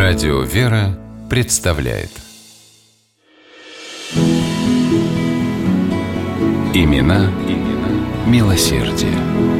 Радио «Вера» представляет Имена милосердия.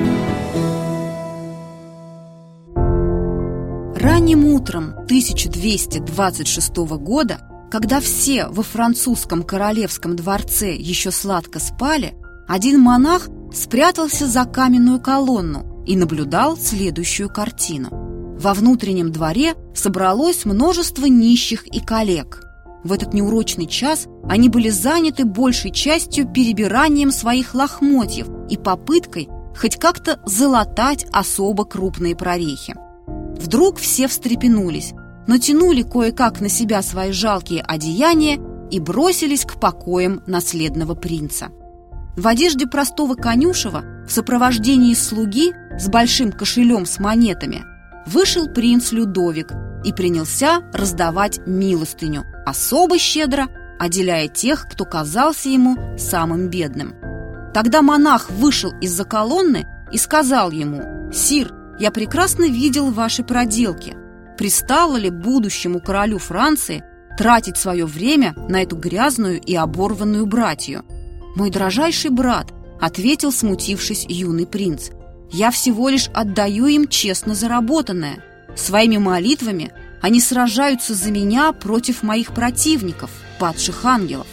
Ранним утром 1226 года, когда все во французском королевском дворце еще сладко спали, один монах спрятался за каменную колонну и наблюдал следующую картину. Во внутреннем дворе собралось множество нищих и калек. В этот неурочный час они были заняты большей частью перебиранием своих лохмотьев и попыткой хоть как-то залатать особо крупные прорехи. Вдруг все встрепенулись, натянули кое-как на себя свои жалкие одеяния и бросились к покоям наследного принца. В одежде простого конюшева, в сопровождении слуги с большим кошелем с монетами, вышел принц Людовик и принялся раздавать милостыню, особо щедро отделяя тех, кто казался ему самым бедным. Тогда монах вышел из-за колонны и сказал ему: «Сир, я прекрасно видел ваши проделки. Пристало ли будущему королю Франции тратить свое время на эту грязную и оборванную братью?» «Мой дрожайший брат», — ответил, смутившись, юный принц, «я всего лишь отдаю им честно заработанное. Своими молитвами они сражаются за меня против моих противников, падших ангелов».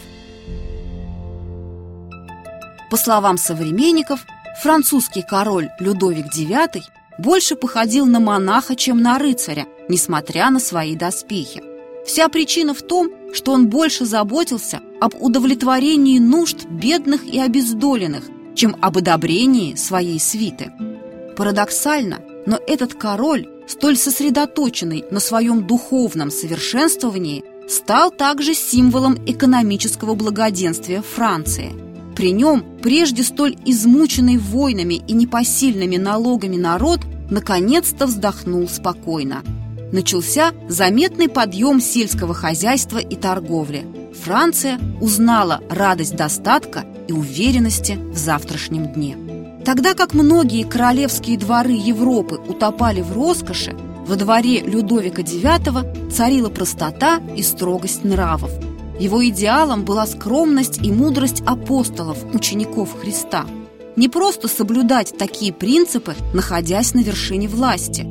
По словам современников, французский король Людовик IX больше походил на монаха, чем на рыцаря, несмотря на свои доспехи. Вся причина в том, что он больше заботился об удовлетворении нужд бедных и обездоленных, чем об одобрении своей свиты. Парадоксально, но этот король, столь сосредоточенный на своем духовном совершенствовании, стал также символом экономического благоденствия Франции. При нем прежде столь измученный войнами и непосильными налогами народ наконец-то вздохнул спокойно. Начался заметный подъем сельского хозяйства и торговли. Франция узнала радость достатка и уверенности в завтрашнем дне. Тогда как многие королевские дворы Европы утопали в роскоши, во дворе Людовика IX царила простота и строгость нравов. Его идеалом была скромность и мудрость апостолов, учеников Христа. Не просто соблюдать такие принципы, находясь на вершине власти.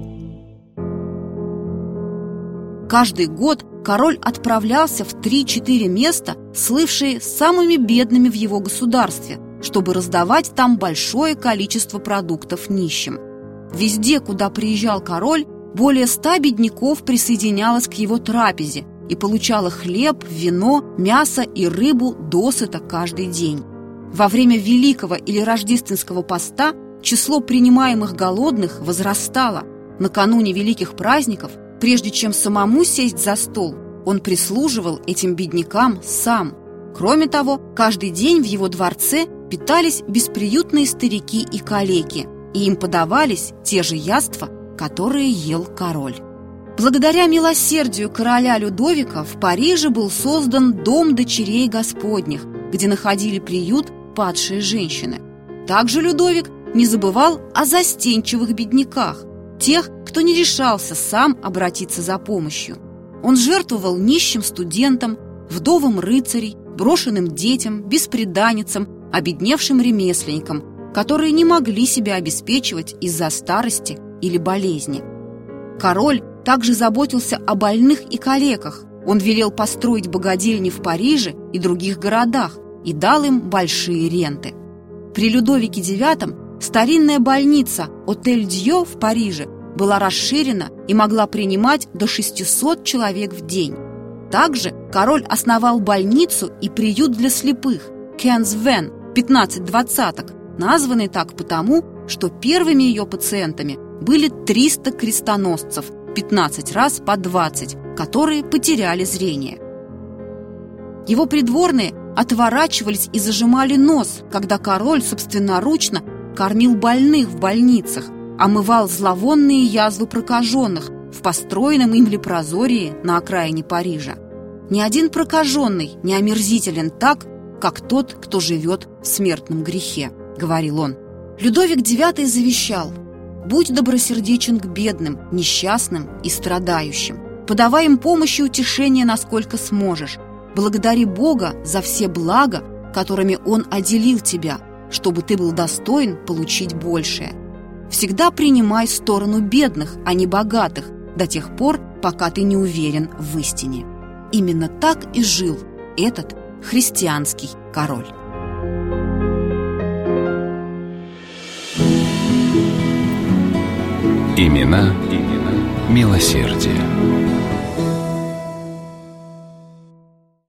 Каждый год король отправлялся в 3-4 места, слывшие самыми бедными в его государстве, чтобы раздавать там большое количество продуктов нищим. Везде, куда приезжал король, более 100 бедняков присоединялось к его трапезе и получало хлеб, вино, мясо и рыбу досыта каждый день. Во время Великого или Рождественского поста число принимаемых голодных возрастало. Накануне великих праздников, прежде чем самому сесть за стол, он прислуживал этим беднякам сам. Кроме того, каждый день в его дворце питались бесприютные старики и калеки, и им подавались те же яства, которые ел король. Благодаря милосердию короля Людовика в Париже был создан Дом дочерей Господних, где находили приют падшие женщины. Также Людовик не забывал о застенчивых бедняках, тех, кто не решался сам обратиться за помощью. Он жертвовал нищим студентам, вдовам рыцарей, брошенным детям, бесприданницам, обедневшим ремесленникам, которые не могли себя обеспечивать из-за старости или болезни. Король также заботился о больных и калеках. Он велел построить богадельни в Париже и других городах и дал им большие ренты. При Людовике IX старинная больница Отель-Дьё в Париже была расширена и могла принимать до 600 человек в день. Также король основал больницу и приют для слепых Кенс-Вен, 15 двадцаток, названный так потому, что первыми ее пациентами были 300 крестоносцев, 15 раз по 20, которые потеряли зрение. Его придворные отворачивались и зажимали нос, когда король собственноручно кормил больных в больницах, омывал зловонные язвы прокаженных в построенном им лепрозории на окраине Парижа. Ни один прокаженный не омерзителен так, как тот, кто живет в смертном грехе, говорил он. Людовик IX завещал: «Будь добросердечен к бедным, несчастным и страдающим. подавай им помощь и утешение, насколько сможешь. Благодари Бога за все блага, которыми Он отделил тебя, чтобы ты был достоин получить большее. Всегда принимай сторону бедных, а не богатых, до тех пор, пока ты не уверен в истине. Именно так и жил этот христианский король. Имена милосердия.